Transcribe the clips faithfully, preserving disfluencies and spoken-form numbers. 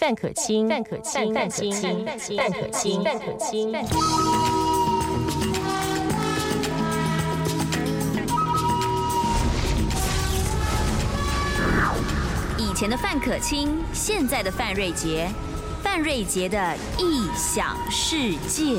范可清，范可清，范可清，范可清，范可清。 以前的范可清，现在的范瑞杰，范瑞杰的异想世界。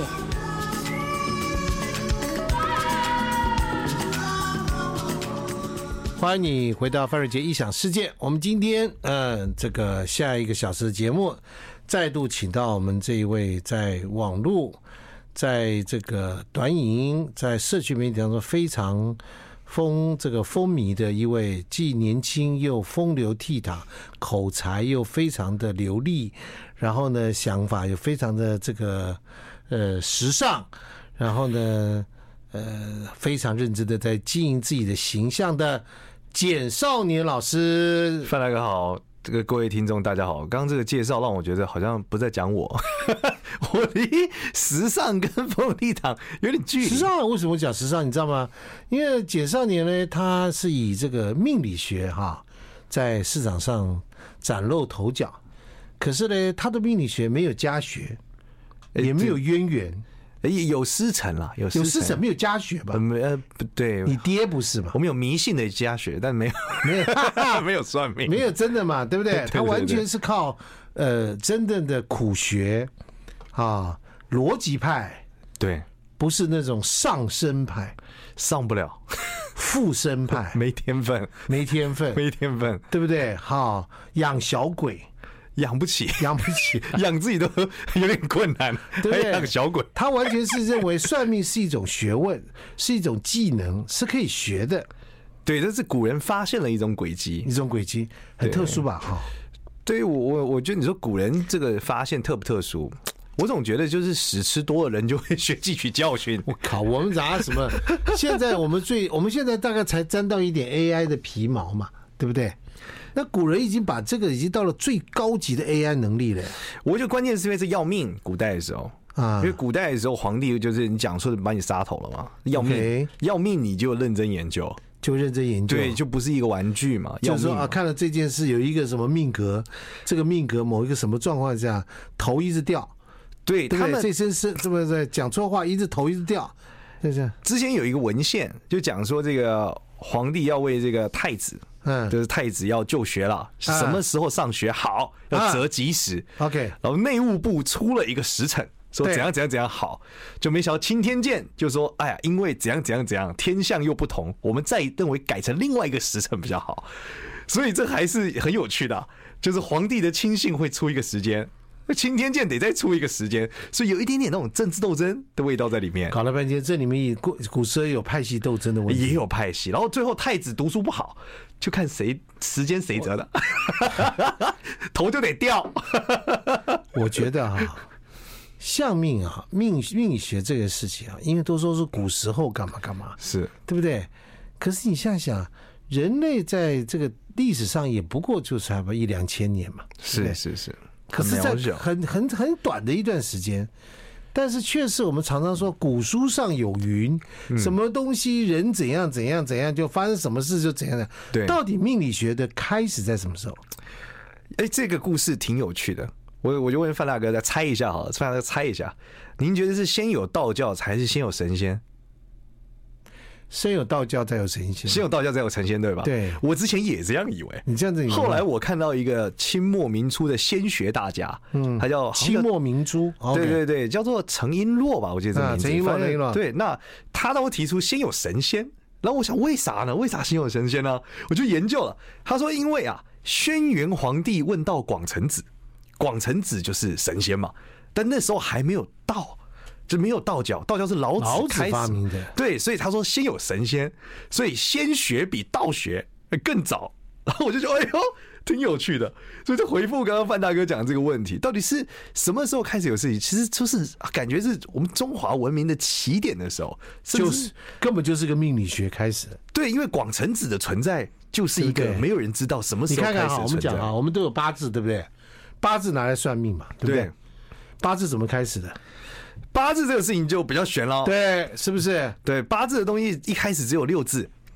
欢迎你回到范瑞杰异想世界。我们今天呃，这个下一个小时的节目，再度请到我们这一位在网络、在这个短影音、在社区媒体当中非常风这个风靡的一位，既年轻又风流倜傥，口才又非常的流利，然后呢，想法又非常的这个呃时尚，然后呢，呃，非常认真的在经营自己的形象的。简少年老师， 范大哥好，这个各位听众大家好。刚刚这个介绍让我觉得好像不在讲我，我离时尚跟风力堂有点距离。 时尚为什么讲时尚？你知道吗？因为简少年呢，他是以这个命理学哈，在市场上崭露头角。可是呢，他的命理学没有家学，也没有渊源。 有师承啦，有有师承，没有家学吧？ 没呃不对， 你爹不是嘛？ 我们有迷信的家学，但没有没有没有算命， 没有真的嘛，对不对？ 对对对对， 他完全是靠呃真正的苦学啊，逻辑派， 对， 不是那种上升派， 上不了， 附身派， 没天分， 没天分， 没天分， 对不对？好，养小鬼。 养不起， 养不起， 养自己都有点困难， 对不对？ 还养小鬼， 他完全是认为算命是一种学问，是一种技能，是可以学的。 对，这是古人发现了一种轨迹， 一种轨迹很特殊吧？哈， 对我我我觉得你说古人这个发现特不特殊？我总觉得就是屎吃多了人就会学汲取教训。 我靠，我们拿什么？现在我们最我们现在大概才沾到一点 A I 的皮毛嘛，对不对？那古人已经把这个已经到了最高级的 A I 能力了。 我觉得关键是因为是要命，古代的时候啊，因为古代的时候皇帝就是你讲说把你杀头了嘛，要命， okay. 要命你就认真研究， 就认真研究， 对，就不是一个玩具嘛。 就是说啊，看了这件事有一个什么命格，这个命格某一个什么状况下头一直掉， 对， 对他们这身是是不是讲错话，一直头一直掉，是不是？ 之前有一个文献就讲说这个皇帝要为这个太子。嗯，就是太子要就学了，什么时候上学好，要择吉时。 OK， 然后内务部出了一个时辰，说怎样怎样怎样好，就没想到钦天监就说，哎呀，因为怎样怎样怎样，天象又不同，我们再认为改成另外一个时辰比较好。所以这还是很有趣的、啊，就是皇帝的亲信会出一个时间。钦天监得再出一个时间，所以有一点点那种政治斗争的味道在里面。 搞了半天，这里面也古古时候有派系斗争的问题， 也有派系。然后最后太子读书不好，就看谁时间谁择的，头就得掉。 我觉得啊，相命啊，命命理学这个事情啊，因为都说是古时候干嘛干嘛， 是对不对？可是你想想，人类在这个历史上也不过就差不多一两千年嘛， 是是是。 可是，在很很很短的一段时间，但是确实我们常常说古书上有云，什么东西人怎样怎样怎样就发生什么事就怎样的。 对， 到底命理学的开始在什么时候？ 哎，这个故事挺有趣的。我我就问范大哥再猜一下好了，范大哥猜一下，您觉得是先有道教还是先有神仙？ 先有道教，再有神仙。 先有道教，再有神仙，对吧？ 对， 我之前也这样以为。 你这样子以为？ 后来我看到一个清末民初的仙学大家，嗯，他叫清末民初， 对对对，叫做陈璎珞吧，我记得这名字。 陈璎珞，陈璎珞。 对，那他当时提出先有神仙，然后我想为啥呢？为啥先有神仙呢？我就研究了，他说因为啊，轩辕皇帝问到广成子，广成子就是神仙嘛，但那时候还没有道。就没有道教，道教是老子开始发明的， 对，所以他说先有神仙，所以仙学比道学更早。然后我就觉得，哎呦，挺有趣的。所以就回复刚刚范大哥讲的这个问题，到底是什么时候开始有事情？其实就是感觉是我们中华文明的起点的时候， 就是根本就是个命理学开始。 对，因为广成子的存在就是一个没有人知道什么时候开始存在。 你看看啊，我们讲啊，我们都有八字，对不对？八字拿来算命嘛，对不对？八字怎么开始的？ 八字这个事情就比较悬了， 对，是不是？ 对，八字的东西一开始只有六字，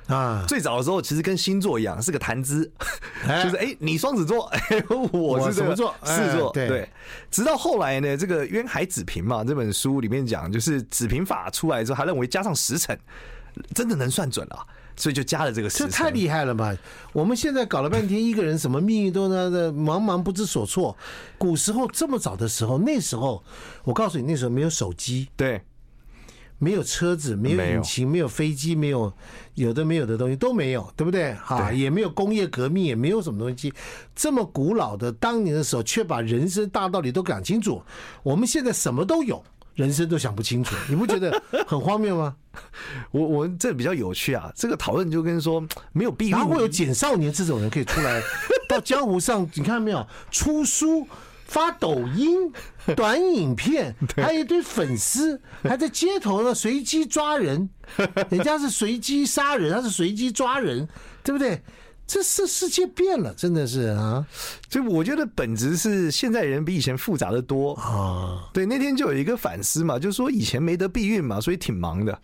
啊。 最早的时候其实跟星座一样，是个谈资， 哎就是哎、欸，你双子座，哎，我是这个什么座？ 狮子座， 对对。直到后来呢，这个渊海子平嘛，这本书里面讲，就是子平法出来之后，他认为加上时辰，真的能算准了。所以就加了这个时辰， 这太厉害了吧！我们现在搞了半天，一个人什么命运都那的茫茫不知所措。古时候这么早的时候，那时候我告诉你，那时候没有手机， 对， 没有车子，没有引擎，没有飞机，没有有的没有的东西都没有，对不对？哈，也没有工业革命，也没有什么东西。这么古老的当年的时候，却把人生大道理都讲清楚。我们现在什么都有，人生都想不清楚，你不觉得很荒谬吗？ 我我这比较有趣啊，这个讨论就跟说没有避孕， 然后会有简少年这种人可以出来到江湖上，你看到没有？出书、发抖音、短影片，还有一堆粉丝，还在街头呢随机抓人，人家是随机杀人，他是随机抓人，对不对？这是世界变了，真的是啊！ 所以我觉得本质是现在人比以前复杂的多啊。对，那天就有一个反思嘛，就是说以前没得避孕嘛，所以挺忙的。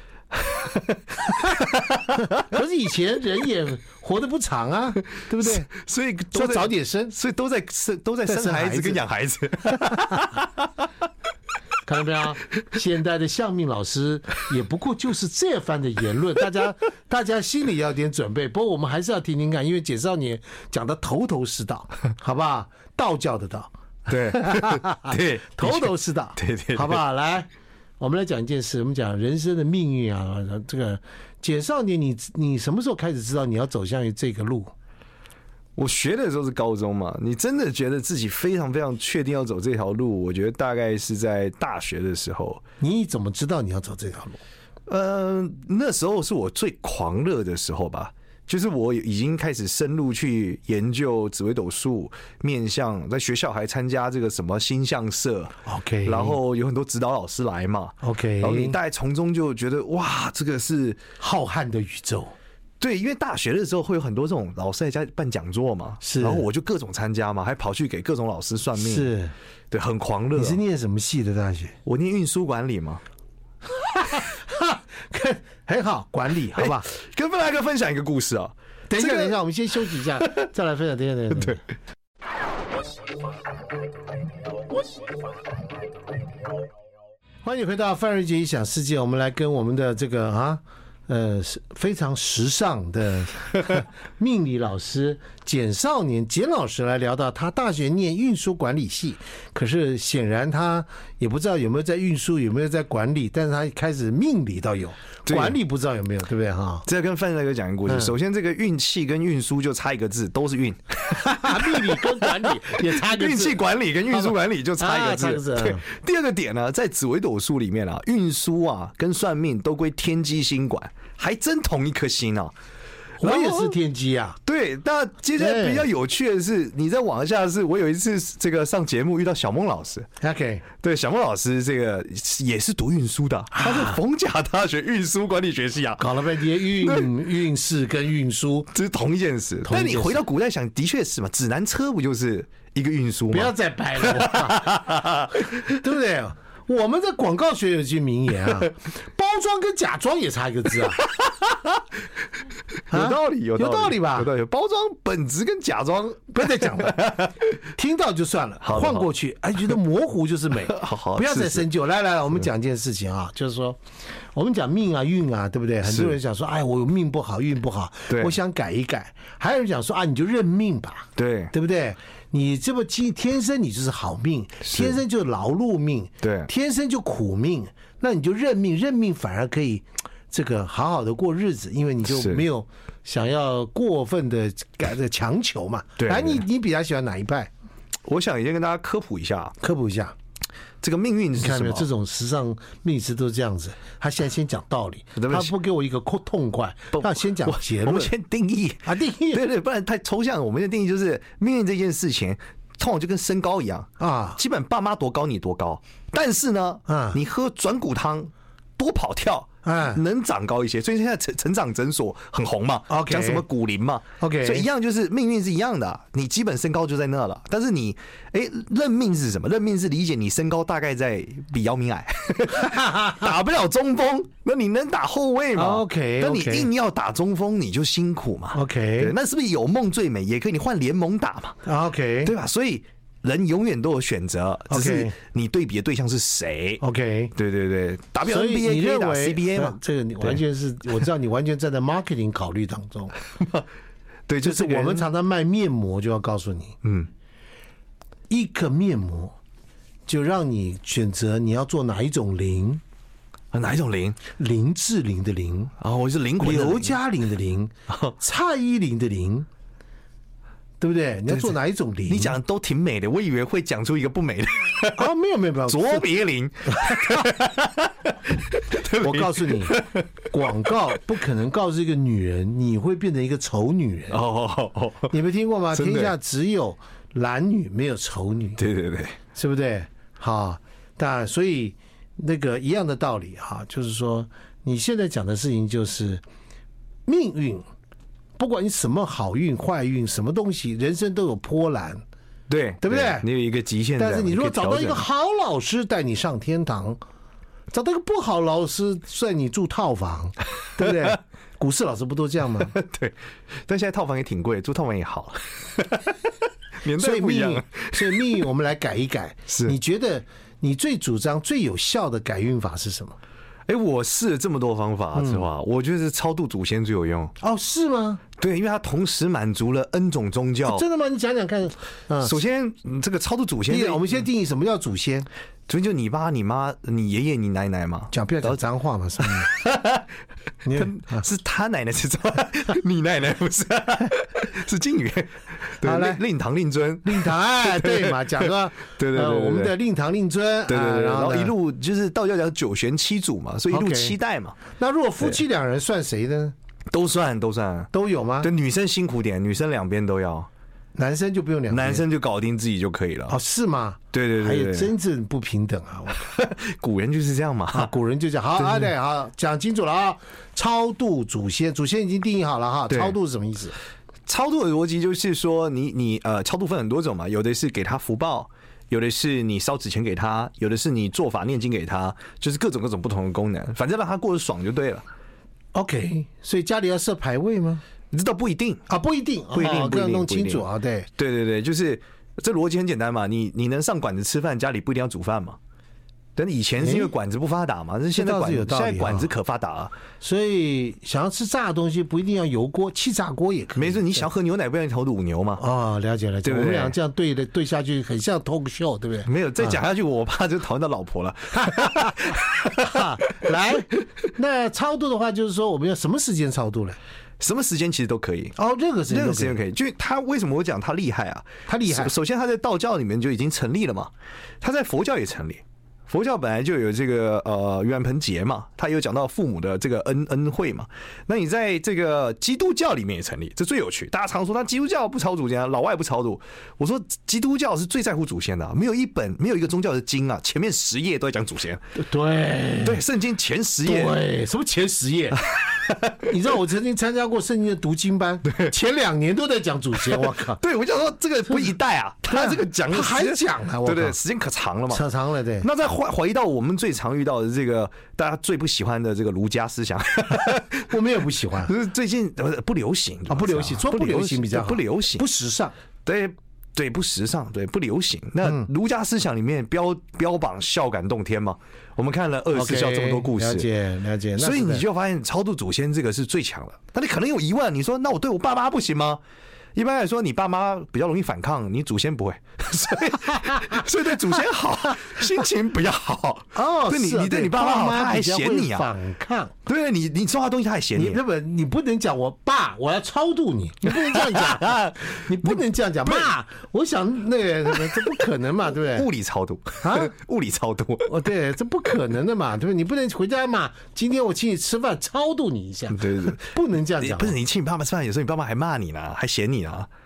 可是以前人也活得不长啊，对不对？ 所以都早点生， 所以都在生都在生孩子跟养孩子。 看到没有？现代的相命老师也不过就是这番的言论，大家大家心里要有点准备。不过我们还是要听听看，因为简少年讲的头头是道，好不好？道教的道， 对对， 头头是道， 对对， 好不好？来，我们来讲一件事，我们讲人生的命运啊。这个简少年，你你什么时候开始知道你要走向于这个路？ 我学的时候是高中嘛，你真的觉得自己非常非常确定要走这条路，我觉得大概是在大学的时候。 你怎么知道你要走这条路？ 呃，那时候是我最狂热的时候吧，就是我已经开始深入去研究紫微斗数、面相，在学校还参加这个什么星象社 ，OK， 然后有很多指导老师来嘛 ，OK， 然后你大概从中就觉得哇，这个是浩瀚的宇宙。 对，因为大学的时候会有很多这种老师在家办讲座嘛， 是， 然后我就各种参加嘛，还跑去给各种老师算命， 是， 对，很狂热。 你是念什么系的大学？ 我念运输管理嘛， 很好，管理，好吧。 跟布莱克分享一个故事啊， 等一下，等一下，我们先休息一下，再来分享。等一下，等一下，对。欢迎回到范瑞杰异想世界，我们来跟我们的这个啊。呃，非常时尚的命理老师简少年简老师来聊到他大学念运输管理系，可是显然他也不知道有没有在运输，有没有在管理，但是他开始命理倒有，管理不知道有没有，对不对哈？ 这跟范大哥讲一个故事。首先，这个运气跟运输就差一个字，都是运。 命理跟管理也差一个字， 运气管理跟运输管理就差一个字。 啊、字对。第二个点呢，在紫微斗数里面啊，运输啊跟算命都归天机星管。还真同一颗星啊！ 我也是天机啊。 对，那接下来比较有趣的是，你在往下是，我有一次这个上节目遇到小孟老师。 OK， 对，小孟老师这个也是读运输的，他是逢甲大学运输管理学系啊。 搞了半天运运势跟运输这是同一件事。但你回到古代想，的确是嘛，指南车不就是一个运输吗？ 不要再掰了，对不对？我们在广告学有句名言啊，包装跟假装也差一个字啊， 有道理，有有道理吧？ 有道理。包装本质跟假装不要再讲了，听到就算了，换过去，哎，觉得模糊就是美， 好好， 不要再深究。来来来，我们讲一件事情啊，就是说，我们讲命啊、运啊，对不对？很多人讲说，哎，我命不好，运不好，我想改一改。还有人讲说啊，你就认命吧， 对， 对不对？你这么天生你就是好命，天生就劳碌命， 对， 天生就苦命，那你就认命，认命反而可以这个好好的过日子，因为你就没有想要过分的改的强求嘛。 对， 来，你你比较喜欢哪一派？ 我想先跟大家科普一下， 科普一下。 这个命运是什么？ 看没有？这种时尚命师都是这样子。他现在先讲道理，他不给我一个痛快，他先讲结论。 我们先定义啊，定义对对，不然太抽象。我们的定义就是命运这件事情，通常就跟身高一样啊，基本爸妈多高你多高，但是呢，啊，你喝转骨汤多跑跳， 哎， 能长高一些。所以现在成成长诊所很红嘛， OK 讲什么骨龄嘛 OK 所以一样就是命运是一样的啊、你基本身高就在那了，但是你哎认命是什么？认命是理解你身高大概在比姚明矮，打不了中锋，那你能打后卫吗 OK， 那你硬要打中锋你就辛苦嘛 OK 对，那是不是有梦最美？也可以你换联盟打嘛 OK， 对吧？所以人永远都有选择，只 OK 是你对比的对象是谁。 OK， 对对对所以你 ，W N B A 可以打认为 C B A 嘛呃？这个你完全是我知道你完全站在 marketing 考虑当中， 对， 就是我们常常卖面膜就要告诉你， 嗯， 一个面膜就让你选择你要做哪一种零， 哪一种零？ 林志玲的林， 哦，我是灵魂的灵刘嘉玲的玲，蔡依林的林，对不对？你要做哪一种零？ 你讲的都挺美的，我以为会讲出一个不美的。 啊，没有没有没有， 卓别林， 我告诉你，广告不可能告诉一个女人你会变成一个丑女人。 哦哦哦， 你没听过吗？ 真的天下只有懒女，没有丑女， 对对对， 是不对？好，但所以那个一样的道理哈，就是说你现在讲的事情就是命运，不管你什么好运坏运，什么东西，人生都有波澜。 对对不对你有一个极限在， 但是你如果找到一个可以调整好老师带你上天堂，找到一个不好老师带你住套房，对不对？股市老师不都这样吗？ 对，但现在套房也挺贵，住套房也好，年所以命运代不一样啊。， 所以命运我们来改一改。 是你觉得你最主张最有效的改运法是什么？ 哎，我试了这么多方法之后啊，我觉得是超度祖先最有用。 哦，是吗？ 对，因为它同时满足了 N 种宗教。 真的吗？你讲讲看。嗯， 首先，嗯这个超度祖先第一个， 这， 我们先定义什么叫祖先， 祖先就你爸、你妈、你爷爷、你奶奶嘛。 讲不要讲脏话嘛，是吗？你他是他奶奶是怎么？你奶奶不是？是靖宇。对好来令令堂令尊。 令堂，哎，对嘛，讲说， 对对对对对呃我们的令堂令尊， 对对对， 啊呢然后一路就是道教讲九玄七祖嘛，所以一路 OK 七代嘛， 那如果夫妻两人算谁呢？ 都算都算。 都有吗？ 对，女生辛苦点，女生两边都要， 男生就不用两边， 男生就搞定自己就可以了。 哦，是吗？ 对对还有对对， 真正不平等啊！我古人就是这样嘛。 啊，古人就讲好啊，对，好，讲清楚了啊。超度祖先，祖先已经定义好了哈。 对超度是什么意思？ 超度的逻辑就是说你，你呃，超度分很多种嘛，有的是给他福报，有的是你烧纸钱给他，有的是你做法念经给他，就是各种各种不同的功能，反正让他过得爽就对了。 OK，所以家里要设牌位吗？ 这倒不一定， 啊，不一定， 不一定不一定哦要弄不一定清楚啊。对， 对对对，就是这逻辑很简单嘛，你你能上馆子吃饭，家里不一定要煮饭嘛。但以前是因为管子不发达嘛，但是现在这倒管是有道理现在管子哦可发达了。 所以想要吃炸的东西不一定要油锅，气炸锅也可以。 没事，你想喝牛奶不然你投乳牛嘛？ 哦，了解了解。 对不对我们俩这样对的对下去，很像 talk show， 对不对？ 没有再讲下去，我怕就讨厌到老婆了。 哈来，那超度的话，就是说我们要什么时间超度呢？ 什么时间其实都可以。 哦，任何时间都可以， 任何时间可以，就他为什么我讲他厉害啊？ 他厉害首首先他在道教里面就已经成立了嘛，他在佛教也成立。佛教本来就有这个呃盂兰盆节嘛，他有讲到父母的这个恩恩惠嘛。那你在这个基督教里面也成立，这最有趣。大家常说那基督教不超祖先啊，老外不超度。我说基督教是最在乎祖先的、啊，没有一本没有一个宗教的经啊，前面十页都在讲祖先。 对对，圣经前十页。 对，什么前十页？你知道我曾经参加过圣经的读经班，前两年都在讲祖先，我靠！ 对，我就想说这个不一代啊，他这个讲的他还讲啊，我靠对对，时间可长了嘛， 扯长了，对。 那再怀怀疑到我们最常遇到的这个大家最不喜欢的这个儒家思想， 我们也不喜欢就是最近呃不流行啊，不流行，说不流行比较好， 不流行， 不时尚， 对对，不时尚，对不流行。那儒家思想里面标标榜孝感动天嘛，我们看了二十四孝这么多故事， 了解了解。 所以你就发现超度祖先这个是最强的。那你可能有疑问，你说那我对我爸妈不行吗？一般来说，你爸妈比较容易反抗，你祖先不会，所以所以对祖先好，心情比较好。 哦， 对你是啊你对你爸妈好，他还比较嫌你啊， 会反抗。 对你你送他东西他还嫌你。 你那么你不能讲我爸，我要超度你，你不能这样讲，你不能这样讲。妈，我想那个这不可能嘛，对不对？ 物理超度啊， 物理超度。 哦，对，这不可能的嘛，对不对？你不能回家嘛，今天我请你吃饭，超度你一下， 对对对， 不能这样讲。 不是你请你爸妈吃饭，有时候你爸妈还骂你呢，还嫌你呢。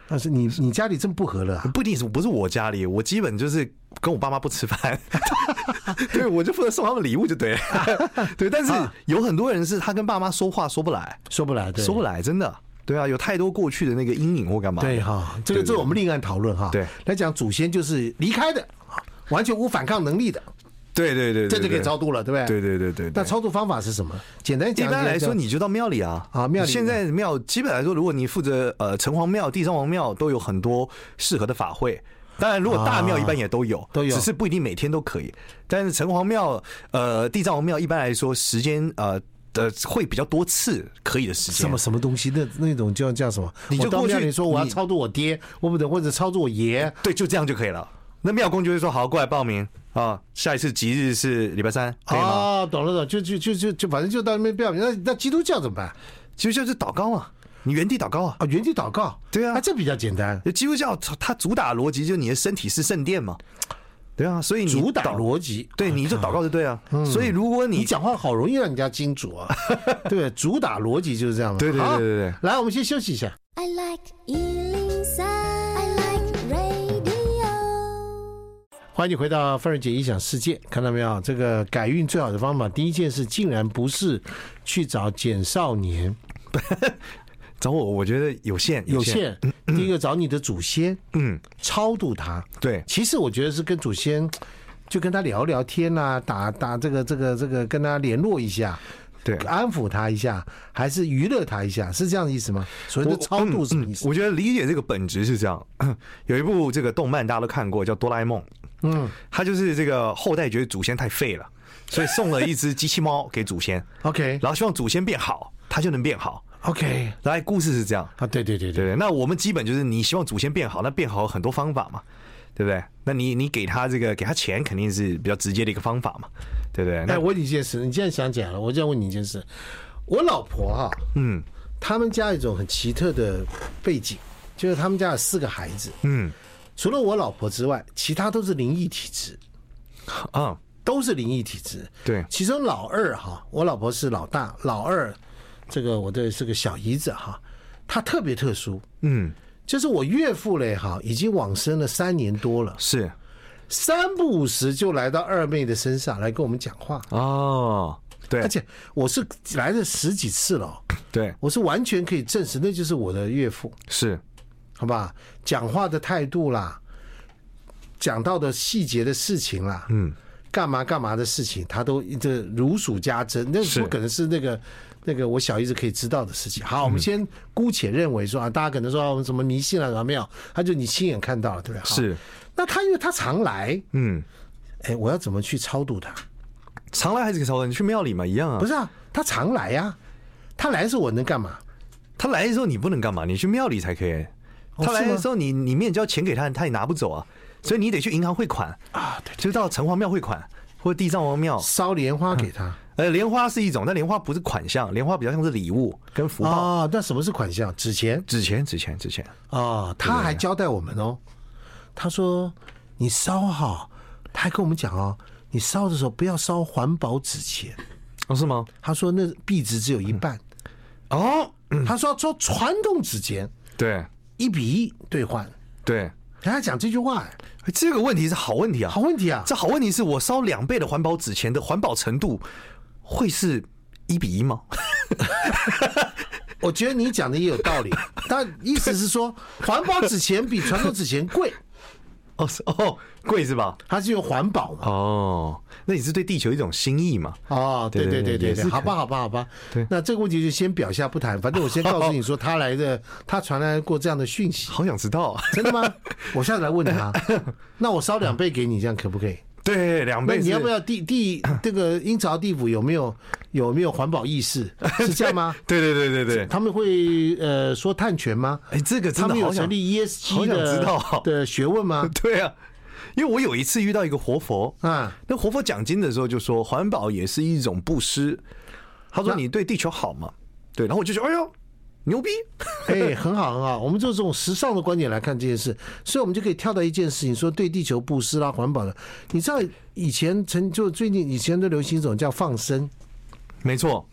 但是你你家里真不和乐、啊， 不一定是不是我家里，我基本就是跟我爸妈不吃饭，对，我就负责送他们礼物就对了，对。但是有很多人是他跟爸妈说话说不来， 说不来，对， 说不来，真的。对啊，有太多过去的那个阴影或干嘛？ 对哈，这个这个我们另案讨论哈。 对， 来讲祖先就是离开的，完全无反抗能力的。 对对对， 这就可以超度了，对不对？ 对对对对。 那超度方法是什么？简单讲， 一般来说你就到庙里啊啊，庙里。 现在庙基本来说，如果你负责呃城隍庙、地藏王庙，都有很多适合的法会。当然，如果大庙一般也都有， 都有， 只是不一定每天都可以。但是城隍庙、呃地藏王庙一般来说时间呃。呃，会比较多次可以的时间。 什么什么东西？那那种叫叫什么？ 你就过去， 你说我要超度我爹，我不得或者超度我爷， 对，就这样就可以了。那庙公就会说好，过来报名啊，下一次吉日是礼拜三，可以吗？ 哦，懂了懂了，就就就就就反正就到那边报名。那那基督教怎么办？ 基督教就祷告啊，你原地祷告啊， 啊，原地祷告， 对啊， 啊，这比较简单。 基督教它主打逻辑就是你的身体是圣殿嘛。对啊，所以你主打逻辑， 对，你就祷告就对啊。 嗯、 所以如果你你讲话好容易让人家金主啊，对，主打逻辑就是这样嘛。 对对对对对。 来，我们先休息一下。I like 一零三 I like radio。欢迎你回到范瑞杰异想世界，看到没有？这个改运最好的方法，第一件事竟然不是去找简少年。 找我，我觉得有限， 有限。 嗯、 第一个找你的祖先，嗯，超度他。 对， 其实我觉得是跟祖先，就跟他聊聊天啊，打打这个这个这个，跟他联络一下， 对， 安抚他一下，还是娱乐他一下，是这样的意思吗？所谓的超度是什么意思？ 我, 嗯嗯、我觉得理解这个本质是这样。有一部这个动漫大家都看过，叫《哆啦 A 梦》。嗯，他就是这个后代觉得祖先太废了，所以送了一只机器猫给祖先。 OK， 然后希望祖先变好，他就能变好。 OK， 来，故事是这样啊，对对对对 对, 对。那我们基本就是你希望祖先变好，那变好有很多方法嘛，对不对？那你你给他这个给他钱，肯定是比较直接的一个方法嘛，对不对？ 哎，我问你一件事，你现在想起来了，我这样问你一件事，我老婆哈，嗯，他们家有一种很奇特的背景，就是他们家有四个孩子，嗯，除了我老婆之外，其他都是灵异体质，啊，都是灵异体质。 对， 其中老二哈，我老婆是老大，老二。这个我的是个小姨子哈，她特别特殊，嗯，就是我岳父嘞哈，已经往生了三年多了， 是三不五时就来到二妹的身上来跟我们讲话哦，对， 而且我是来了十几次了， 对， 我是完全可以证实那就是我的岳父， 是， 好吧？讲话的态度啦，讲到的细节的事情啦，嗯，干嘛干嘛的事情，他都这如数家珍，那不可能是那个。那个我小姨子可以知道的事情。好，我们先姑且认为说啊，大家可能说我们什么迷信啊，什么没有，他就你亲眼看到了，对不对？ 是。 那他因为他常来，嗯，哎，我要怎么去超度他？ 常来还是超度？你去庙里嘛，一样啊。 不是啊，他常来呀、啊。他来的时候我能干嘛？ 他来的时候你不能干嘛？你去庙里才可以。他来的时候你你面交钱给他，他也拿不走啊，所以你得去银行汇款啊，对，就是到城隍庙汇款或者地藏王庙烧莲花给他。嗯呃，莲花是一种，但莲花不是款项，莲花比较像是礼物跟福报啊、哦。那什么是款项？纸钱， 纸钱，纸钱，纸钱啊、哦！他还交代我们哦，他说你烧好，他还跟我们讲哦，你烧的时候不要烧环保纸钱哦，是吗？ 他说那币值只有一半、嗯、哦、嗯，他说要做传统纸钱， 对， 一比一兑换， 对， 他讲这句话、哎， 这个问题是好问题啊， 好问题啊， 这好问题是我烧两倍的环保纸钱的环保程度。会是一比一吗？ 我觉得你讲的也有道理，但意思是说，环保纸钱比传统纸钱贵。 哦哦，贵是吧？ 它是用环保嘛。 哦，那你是对地球一种心意嘛？ 哦，对对对对对，好吧好吧好吧。 对， 那这个问题就先表下不谈，反正我先告诉你说，他来的，他传来过这样的讯息。 好想知道啊！ 真的吗？我下次来问他。那我烧两倍给你，这样可不可以？ 对，两倍。 那你要不要地地这个阴曹地府有没有有没有环保意识？是这样吗？ 对对对对对， 他们会呃说碳权吗？ 哎，这个真的他们有成立 E S G 的的学问吗？ 对啊，因为我有一次遇到一个活佛啊， 那活佛讲经的时候就说，环保也是一种布施。他说你对地球好嘛？对，然后我就说，哎呦。牛逼， 哎，很好很好，我们就这种时尚的观点来看这件事，所以我们就可以跳到一件事情，说对地球布施啦、环保的。你知道以前曾就最近以前都流行一种叫放生， 没错，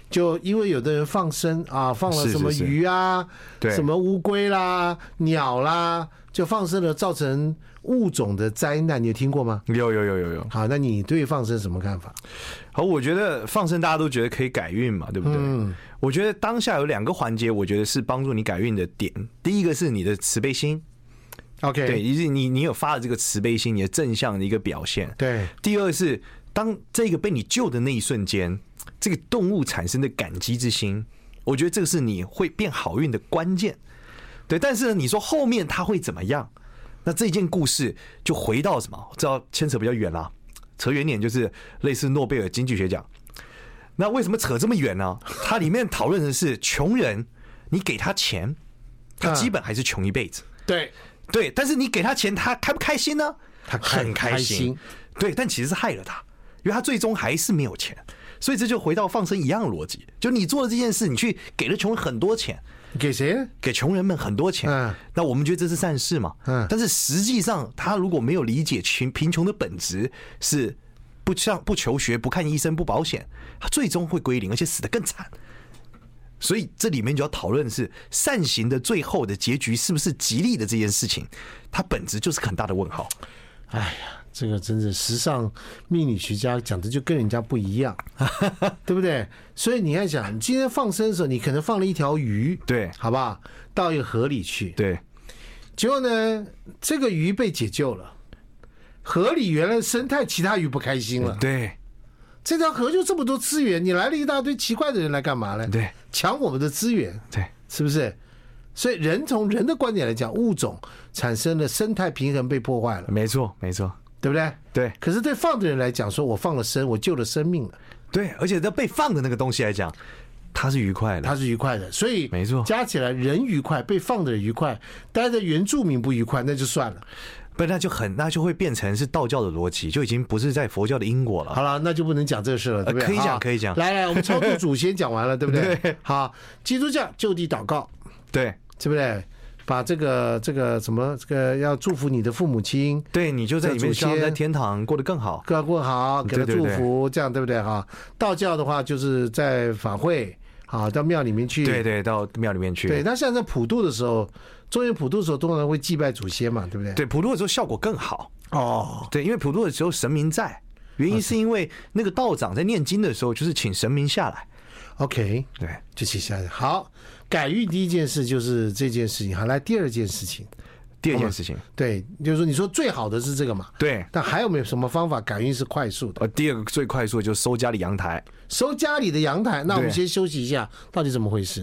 就因为有的人放生啊，放了什么鱼啊， 是是是什么乌龟啦、鸟啦，就放生了，造成物种的灾难，你有听过吗？ 有有有有有。 好，那你对放生什么看法？ 好，我觉得放生大家都觉得可以改运嘛，对不对？嗯，我觉得当下有两个环节，我觉得是帮助你改运的点。第一个是你的慈悲心。 OK， 对，你你你有发了这个慈悲心，你的正向的一个表现。 对， 第二是当这个被你救的那一瞬间，这个动物产生的感激之心，我觉得这个是你会变好运的关键。对，但是呢，你说后面它会怎么样？那这件故事就回到什么？这要牵扯比较远啦，扯远点就是类似诺贝尔经济学奖。那为什么扯这么远呢？它里面讨论的是穷人，你给他钱，他基本还是穷一辈子。 对。 对，但是你给他钱，他开不开心呢？ 他很开心。对，但其实是害了他，因为他最终还是没有钱。所以这就回到放生一样的逻辑，就你做了这件事，你去给了穷人很多钱， 给谁？ 给穷人们很多钱。嗯，那我们觉得这是善事嘛？嗯，但是实际上他如果没有理解贫贫穷的本质是不上不求学、不看医生、不保险，他最终会归零，而且死得更惨。所以这里面就要讨论的是善行的最后的结局是不是吉利的这件事情，它本质就是很大的问号。 哎呀，这个真是时尚命理学家讲的就跟人家不一样，对不对？所以你要想，你今天放生的时候，你可能放了一条鱼， 对， 好不好？到一个河里去， 对， 结果呢，这个鱼被解救了，河里原来生态其他鱼不开心了， 对。 这条河就这么多资源，你来了一大堆奇怪的人来干嘛呢？ 对， 抢我们的资源， 对， 是不是？所以人从人的观点来讲，物种产生了生态平衡被破坏了， 没错，没错， 对不对？ 对。 可是对放的人来讲，说我放了生，我救了生命了， 对，而且在被放的那个东西来讲，它是愉快的， 它是愉快的，所以没错， 加起来人愉快，被放的人愉快，待在原住民不愉快，那就算了。 不，那就很，那就会变成是道教的逻辑，就已经不是在佛教的因果了。 好了，那就不能讲这个事了，对不对？ 可以讲，可以讲。 来来，我们超度祖先讲完了，对不对？对。好，基督教就地祷告， 对， 对不对？把这个这个什么这个要祝福你的父母亲， 对，你就在里面希望在天堂过得更好， 过得更好，给他祝福，这样对不对？哈，道教的话就是在法会，好到庙里面去， 对对，到庙里面去。 对，那像在普渡的时候。中原普渡的时候，通常会祭拜祖先嘛，对不对？ 对，普渡的时候效果更好哦。 对，因为普渡的时候神明在，原因是因为那个道长在念经的时候，就是请神明下来。 OK， 对， 就请下来。好，改运第一件事就是这件事情。好，来第二件事情。 第二件事情， 对，就是说你说最好的是这个嘛？ 对。 但还有没有什么方法改运是快速的？ 呃，第二个最快速的就是收家里阳台。 收家里的阳台，那我们先休息一下，到底怎么回事？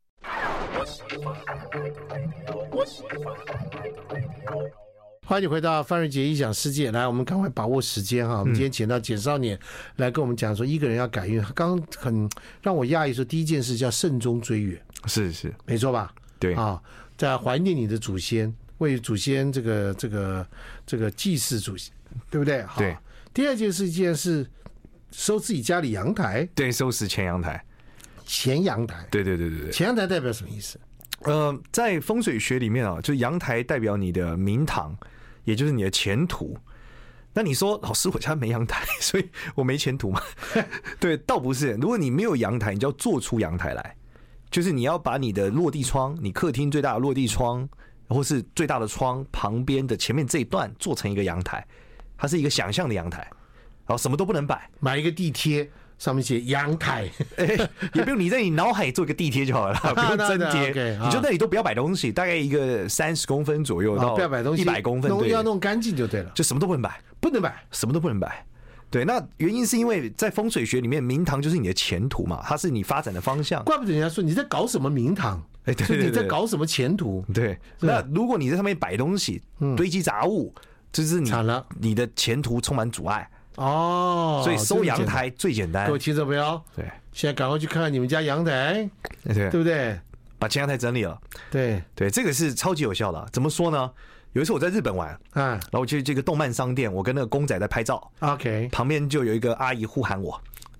欢迎你回到范瑞杰异想世界。来，我们赶快把握时间哈。我们今天请到简少年来跟我们讲说，一个人要改运，刚刚很让我讶异说，第一件事叫慎终追远， 是是， 没错吧？ 对啊，在怀念你的祖先，为祖先这个这个这个祭祀祖先，对不对？ 对。 第二件事件是收自己家里阳台， 对，收拾前阳台。 前阳台， 对对对对对。 前阳台代表什么意思？ 呃，在风水学里面啊，就阳台代表你的明堂，也就是你的前途。那你说老师我家没阳台，所以我没前途吗？对，倒不是。如果你没有阳台，你就要做出阳台来，就是你要把你的落地窗，你客厅最大的落地窗，或是最大的窗旁边的前面这一段做成一个阳台，它是一个想象的阳台，然后什么都不能摆， 买一个地贴。上面写阳台， 欸，也不用你在你脑海做一个地贴就好了，不用真贴， okay, 你就那里都不要摆东西，大概一个三十公分左右到一百公分， 要弄干净就对了， 就什么都不能摆， 不能摆， 什么都不能摆。对，那原因是因为在风水学里面，明堂就是你的前途嘛，它是你发展的方向。 怪不得人家说你在搞什么明堂，哎，对对对，你在搞什么前途？ 对，那如果你在上面摆东西，堆积杂物，就是你你的前途充满阻碍。哦，所以收阳台最简单。 各位听众朋友， 对， 现在赶快去看看你们家阳台， 对对不对？ 把前阳台整理了， 对对，这个是超级有效的。怎么说呢？有一次我在日本玩，啊，然后我去这个动漫商店，我跟那个公仔在拍照 ，OK， 旁边就有一个阿姨呼喊我，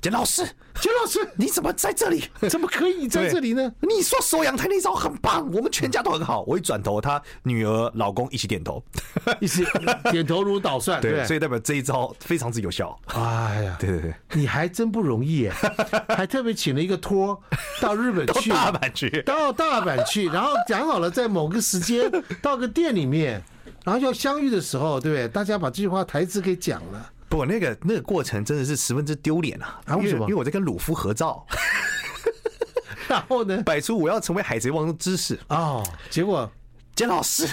简老师， 简老师， 你怎么在这里？ 怎么可以在这里呢？ 你说收阳台那招很棒，我们全家都很好。我一转头，他女儿、老公一起点头， 一起点头如捣蒜，对， 所以代表这一招非常之有效。 哎呀， 对对对， 你还真不容易耶，还特别请了一个托到日本去， 到大阪去， 到大阪去，然后讲好了在某个时间到个店里面，然后要相遇的时候，对不对？大家把这句话台词给讲了。 不，那个那个过程真的是十分之丢脸啊！ 啊，为什么？ 因为我在跟鲁夫合照， 然后呢， 摆出我要成为海贼王的姿势哦，结果简老师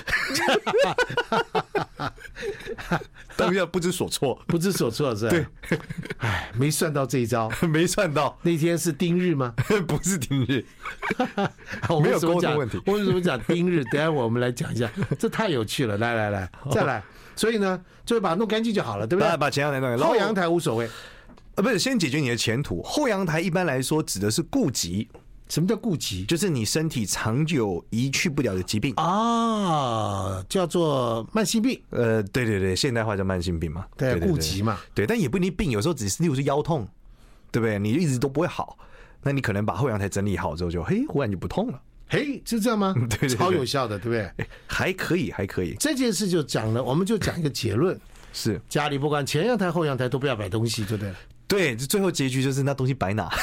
当下不知所措， 不知所措是吧？ 对， 哎，没算到这一招， 没算到那天是丁日吗？ 不是丁日， 没有沟通问题。 我为什么讲丁日？等一下我们来讲一下，这太有趣了。来来来，再来。所以呢，就把它弄干净就好了，对不对？ 把前阳台弄干净， 后阳台无所谓。 啊，不是，先解决你的前途。后阳台一般来说指的是痼疾。 什么叫痼疾？ 就是你身体长久移去不了的疾病啊，叫做慢性病。 呃，对对对，现代化叫慢性病嘛， 对，痼疾嘛。 对，但也不一定病，有时候只是例如是腰痛，对不对？你一直都不会好，那你可能把后阳台整理好之后就，嘿，忽然就不痛了。 嘿，就这样吗？ 对对对， 超有效的，对不对？ 还可以，还可以。 这件事就讲了，我们就讲一个结论： 是家里不管前阳台、后阳台都不要摆东西，对不对？ 对，最后结局就是那东西白拿，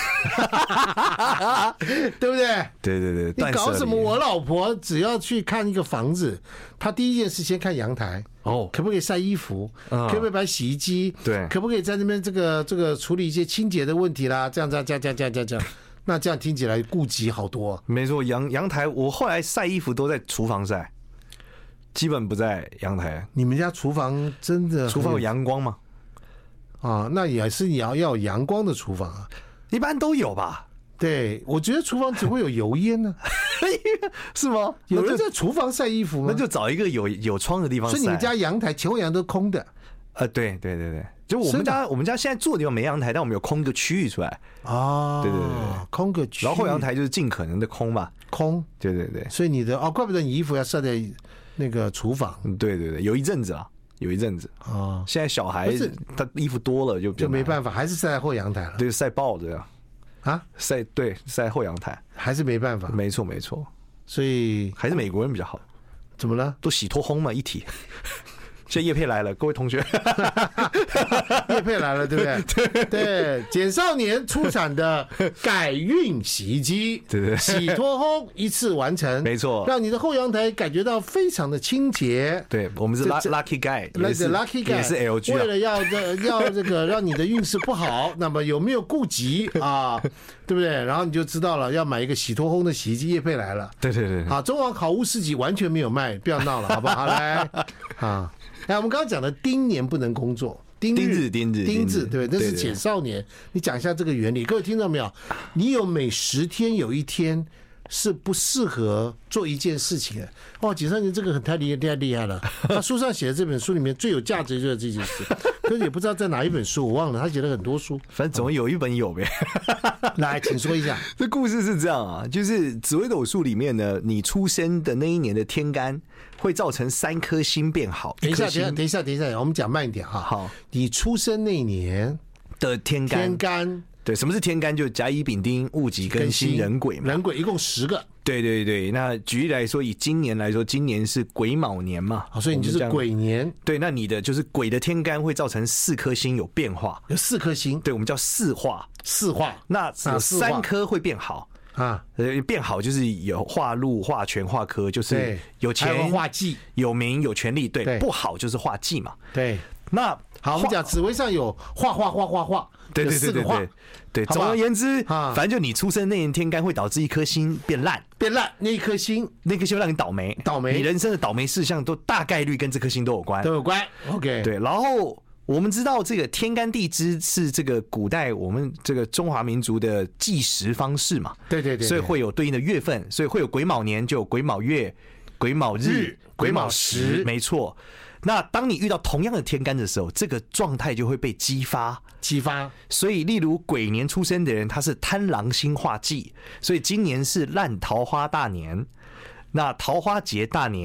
对不对？ 对对对， 你搞什么？我老婆只要去看一个房子，她第一件事先看阳台，哦，可不可以晒衣服？可不可以摆洗衣机？ 对， 可不可以在那边这个这个处理一些清洁的问题啦？这样这样这样这样这样这样这样。那这样听起来顾及好多。 没错，阳阳台，我后来晒衣服都在厨房晒，基本不在阳台。 你们家厨房真的？ 厨房有阳光吗？ 啊，那也是你要要有阳光的厨房啊， 一般都有吧？ 对，我觉得厨房只会有油烟呢、啊， 是吗？ 有人在厨房晒衣服吗？ 那就找一个有有窗的地方晒。 所以你们家阳台前后阳都空的？ 呃，对对对对，就我们家我们家现在住的地方没阳台，但我们有空一个区域出来。 哦， 对对对， 空个区域， 然后后阳台就是尽可能的空嘛， 空。 对对对， 所以你的哦，怪不得你衣服要晒在那个厨房。 对对对，有一阵子啊。有一阵子啊、哦，现在小孩他衣服多了就就没办法，还是晒在后阳台了。 对，晒爆这样啊，晒对晒后阳台还是没办法。 没错没错， 所以还是美国人比较好。 怎么了？ 都洗脱烘嘛一体。现在业配来了，各位同学， 业配来了，对不对？对对，简少年出产的改运洗衣机， 对对， 洗脱烘一次完成， 没错， 让你的后阳台感觉到非常的清洁。 对，我们是 Lucky Guy， 也是 Lucky Guy， 也是 L G， 为了要这要这个让你的运势不好，那么有没有顾及啊？对不对？然后你就知道了，要买一个洗脱烘的洗衣机，业配来了。 对对对， 啊，中华好物市集完全没有卖，不要闹了，好不好？好来啊。哎，我们刚刚讲的丁年不能工作，丁日、 丁日、 丁日，对，那是简少年。你讲一下这个原理，各位听到没有？你有每十天有一天是不适合做一件事情的。哦，简少年这个很太厉害，太厉害了。他书上写的这本书里面最有价值就是这件事，可是也不知道在哪一本书，我忘了。他写了很多书， 反正总有一本有呗。 来，请说一下。 这故事是这样啊，就是紫微斗数里面呢，你出生的那一年的天干会造成三颗星变好。 等一下，等一下，等一下，等一下，我们讲慢一点哈。 好， 你出生那一年的天干， 天干。 对，什么是天干？就甲乙丙丁戊己庚辛壬癸嘛。 壬癸一共十个。 对对对，那举例来说，以今年来说，今年是癸卯年嘛， 哦、所以你就是癸年。 对，那你的就是癸的天干会造成四颗星有变化， 有四颗星， 对，我们叫四化。 四化， 那有三颗会变好啊，呃，变好就是有化禄、化权、化科，就是有钱、 化忌、 有名、有权利。对，不好就是化忌嘛。 对， 那好，我们讲紫微上有化化化化化， 对对对对对对。总而言之，反正就你出生那年天干会导致一颗星变烂， 变烂，那一颗星， 那颗星会让你倒霉， 倒霉， 你人生的倒霉事项都大概率跟这颗星都有关， 都有关。OK， 对，然后。我们知道这个天干地支是这个古代我们这个中华民族的计时方式嘛， 对对 对, 对， 所以会有对应的月份，所以会有癸卯年就有癸卯月、癸卯日、癸卯时，没错。那当你遇到同样的天干的时候，这个状态就会被激发， 激发。 所以，例如癸年出生的人，他是贪狼星化忌，所以今年是烂桃花大年。那桃花劫大年。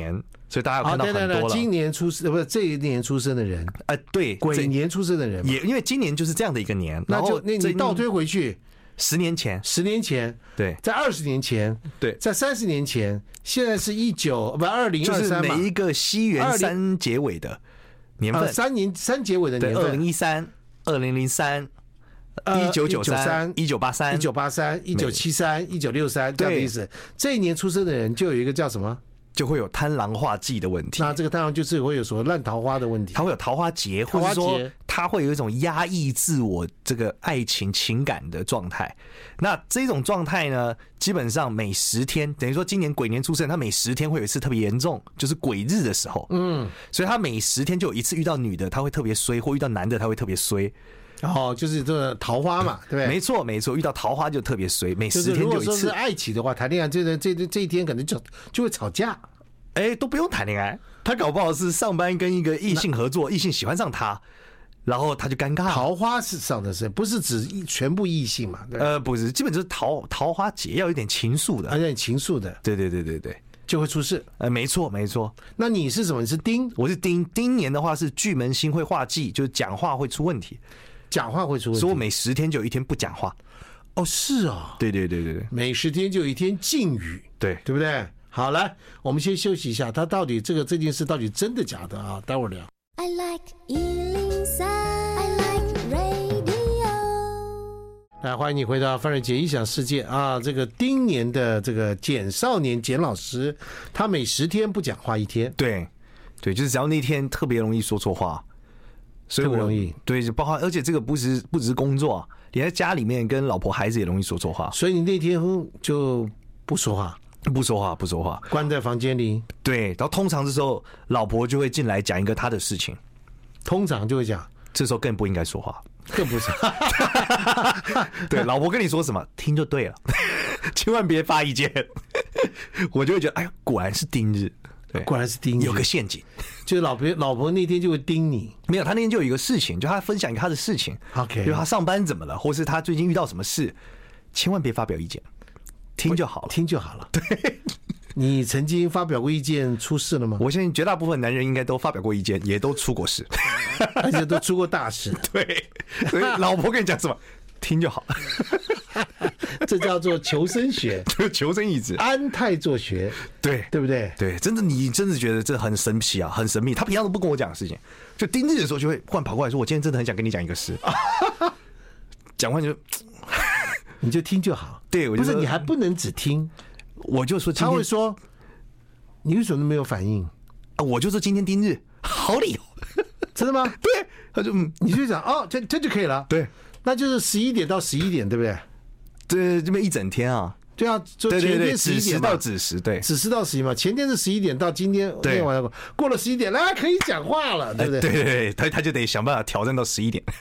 所以大家有看到很多了。 对对对，今年出生不是这一年出生的人， 呃，对， 癸年出生的人也因为今年就是这样的一个年， 那就那你倒推回去。 十年前， 十年前， 对， 在二十年前， 对， 在三十年前，现在是一九不二零二三嘛， 就是每一个西元三结尾的年份， 呃、三年三结尾的年份， 二零一三、二零零三、一九九三、一九八三、 一九八三、一九七三、一九六三，这样的意思。这一年出生的人就有一个叫什么？ 就会有贪狼化忌的问题。 那这个当然就是会有所谓烂桃花的问题， 他会有桃花劫，或者说他会有一种压抑自我这个爱情情感的状态。那这种状态呢，基本上每十天，等于说今年癸年出生，他每十天会有一次特别严重，就是癸日的时候。嗯，所以他每十天就有一次遇到女的，他会特别衰，或遇到男的，他会特别衰。 哦，就是这个桃花嘛，对不对？ 没错，没错，遇到桃花就特别衰，每十天就一次。 如果说是爱情的话，谈恋爱这这这一天可能就就会吵架。 哎，都不用谈恋爱，他搞不好是上班跟一个异性合作，异性喜欢上他，然后他就尴尬了。 桃花是上的是不是指全部异性嘛？ 呃，不是，基本就是桃桃花劫，要有点情愫的， 有点情愫的。 对对对对对， 就会出事。 呃，没错没错。 那你是什么？你是丁？ 我是丁。丁年的话是巨门星会化忌，就是讲话会出问题。 讲话会出问题， 所以我每十天就有一天不讲话。 哦，是啊， 对对对对对， 每十天就有一天禁语， 对对不对？好，来，我们先休息一下，他到底这个这件事到底真的假的啊？待会儿聊。I like 一零三 I like radio。来，欢迎你回到范瑞杰异想世界啊！这个丁年的这个简少年简老师，他每十天不讲话一天， 对对，就是只要那天特别容易说错话。所以我容易对，包括而且这个不只不只是工作，连在家里面跟老婆孩子也容易说错话。 所以你那天就不说话， 不说话，不说话， 关在房间里。 对，然后通常这时候老婆就会进来讲一个她的事情， 通常就会讲， 这时候更不应该说话， 更不是。 对，老婆跟你说什么，听就对了，千万别发意见。我就会觉得，哎呀，果然是丁日。对， 果然是丁日， 有个陷阱， 就是老婆老婆那天就会盯你。 没有，他那天就有一个事情，就他分享一个他的事情 ，OK， 就他上班怎么了，或是他最近遇到什么事，千万别发表意见，听就好了， 听就好了。 对， 你曾经发表过意见出事了吗？ 我相信绝大部分男人应该都发表过意见，也都出过事， 而且都出过大事。 对，所以老婆跟你讲什么，听就好了。 这叫做求生学， 求生意志， 安泰做学， 对对不对？ 对，真的，你真的觉得这很神奇啊，很神秘。他平常都不跟我讲的事情，就丁日的时候就会忽然跑过来说：“我今天真的很想跟你讲一个事。”讲完就， 你就听就好。 对，我就不是你还不能只听， 我就说， 他会说：“你为什么都没有反应？” 啊，我就说今天丁日，好理由， 真的吗？ 对，他就嗯， 你就讲哦，这这就可以了。 对， 那就是十一点到十一点，对不对？ 对，这边一整天啊， 对啊，就前天十一点到子时，对， 子时到十一嘛。前天是十一点到今天，对，晚上过了十一点，来可以讲话了，对不对？ 对对对，他他就得想办法挑战到十一点。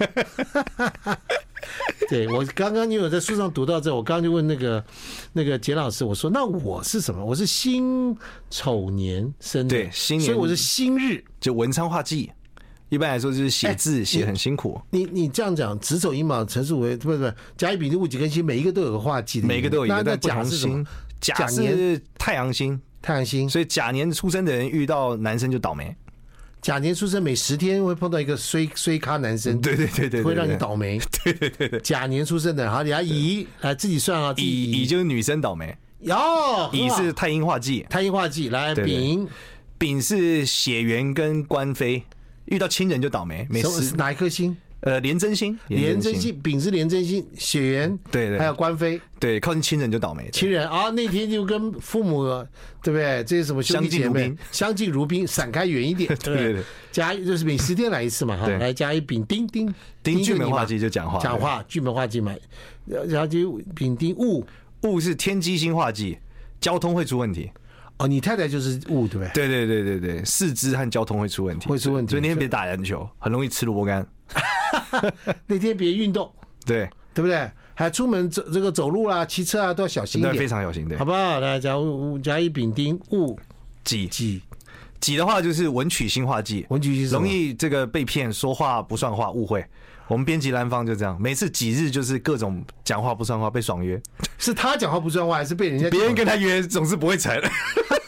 对，我刚刚因为我在书上读到这，我刚刚就问那个那个简老师，我说那我是什么？我是辛丑年生的， 对，辛年， 所以我是辛日， 就文昌化忌。一般来说就是写字写很辛苦。 你你这样讲，子丑寅卯辰巳午未，不是不是，甲乙丙丁戊己庚辛，每一个都有个化忌的， 每一个都有一个。 那甲是什么？ 甲是太阳星， 太阳星。 所以甲年出生的人遇到男生就倒霉。 甲年出生每十天会碰到一个衰衰咖男生， 对对对对， 会让你倒霉。 对对对对， 甲年出生的，好，你来乙来自己算啊， 乙乙就是女生倒霉。 哦， 乙是太阴化忌， 太阴化忌。来丙， 丙是血缘跟官非。遇到亲人就倒霉，每十哪一颗星？ 呃，廉贞星， 廉贞星，丙是廉贞星，血缘， 对对， 还有官非， 对，靠近亲人就倒霉。 亲人啊，那天就跟父母，对不对？这些什么兄弟姐妹相敬如宾，闪开远一点，对对对。甲就是每十天来一次嘛，哈，来甲乙丙丁丁丁巨门化忌就讲话， 讲话巨门化忌嘛，然后就丙丁戊戊是天机星化忌，交通会出问题。 哦，你太太就是戊对不对？ 对对对对对，四肢和交通会出问题， 会出问题。 所以那天别打篮球，很容易吃萝卜干。 那天别运动， 对对不对？还出门走这个走路啊、骑车啊都要小心一点， 非常小心，对， 好不好？来，甲甲乙丙丁戊己己己的话就是文曲星化忌， 文曲星容易这个被骗，说话不算话，误会。我们编辑栏方就这样，每次几日就是各种讲话不算话，被爽约。 是他讲话不算话，还是被人家别人跟他约总是不会成？那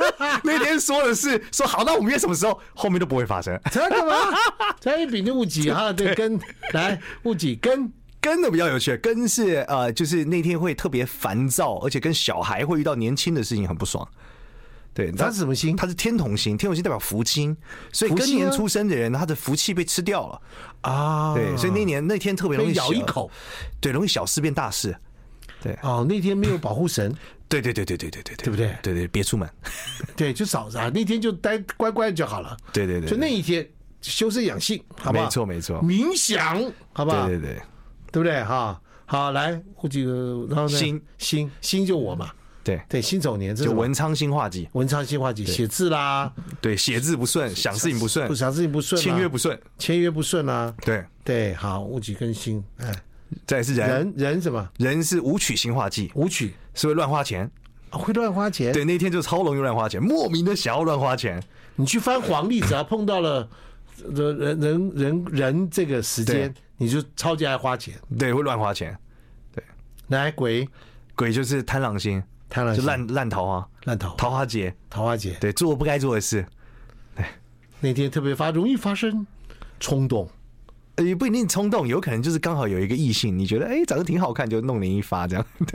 那天说的是说好，那我们约什么时候？后面都不会发生。 这干嘛？这一比那物几哈？对，跟来物几跟。 跟的比较有趣，跟是呃，就是那天会特别烦躁，而且跟小孩会遇到年轻的事情很不爽。对， 他是什么星？ 他是天同星，天同星代表福星，所以庚年出生的人，他的福气被吃掉了啊。 对，所以那年那天特别容易咬一口， 对，容易小事变大事。对， 哦，那天没有保护神。 对对对对对对对对不对？ 对对，别出门。 对，就少啊，那天就待乖乖就好了。 对对对， 就那一天修身养性，好不好？ 没错没错， 冥想，好不好？ 对对对。 对不对哈？好，来，我几个，然后呢？ 辛辛辛就我嘛， 对对，辛丑年， 就文昌辛化忌， 文昌辛化忌，写字啦， 对，写字不顺，想事情不顺， 想事情不顺， 签约不顺， 签约不顺啊， 对对，好，戊己跟辛，哎， 再来是人， 人人什么？ 人是武曲辛化忌， 武曲是会乱花钱， 会乱花钱， 对，那天就超容易乱花钱，莫名的想要乱花钱。 你去翻黄历，只要碰到了人人人人人这个时间。你就超级爱花钱， 对，会乱花钱，对。 来鬼， 鬼就是贪狼星， 贪狼星就烂烂桃花， 烂桃桃花劫， 桃花劫， 对，做不该做的事，对。 那天特别发容易发生冲动， 也不一定冲动，有可能就是刚好有一个异性，你觉得哎长得挺好看，就弄你一发这样，对。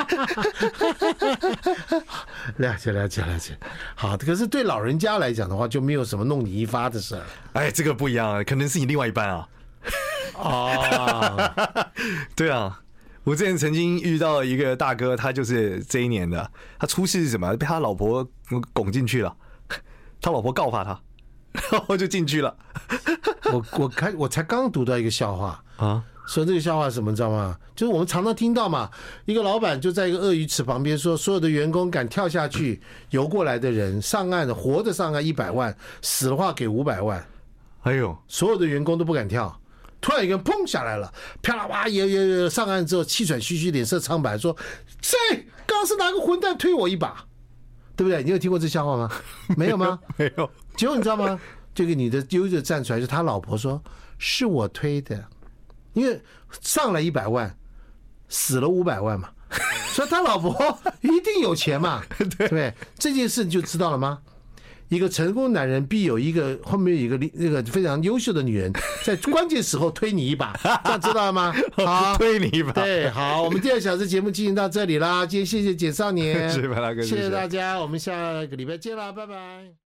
了解了解了解，好，可是对老人家来讲的话，就没有什么弄你一发的事儿。 哎，这个不一样，可能是你另外一半啊。 哦， 对啊，我之前曾经遇到一个大哥，他就是这一年的，他出事是什么？被他老婆拱进去了，他老婆告发他，然后就进去了。 我我看我才刚读到一个笑话啊， 说这个笑话是什么，你知道吗？就是我们常常听到嘛，一个老板就在一个鳄鱼池旁边说，所有的员工敢跳下去游过来的人上岸的，活的上岸一百万，死的话给五百万。 哎呦， 所有的员工都不敢跳。突然一个人砰下来了，啪啦啪也也上岸之后气喘吁吁，脸色苍白，说：“谁刚刚是哪个混蛋推我一把？对不对？你有听过这笑话吗？没有吗？ 没有。 结果你知道吗？这个你的优者站出来，是他老婆说是我推的，因为上来一百万，死了五百万嘛，所以他老婆一定有钱嘛，对不对？这件事你就知道了吗？”一个成功男人必有一个后面有一个那个非常优秀的女人，在关键时候推你一把，这样知道了吗？好， 推你一把。 对，好，我们第二小时节目进行到这里啦。今天谢谢简少年， 谢谢白大哥， 谢谢大家，我们下个礼拜见啦，拜拜。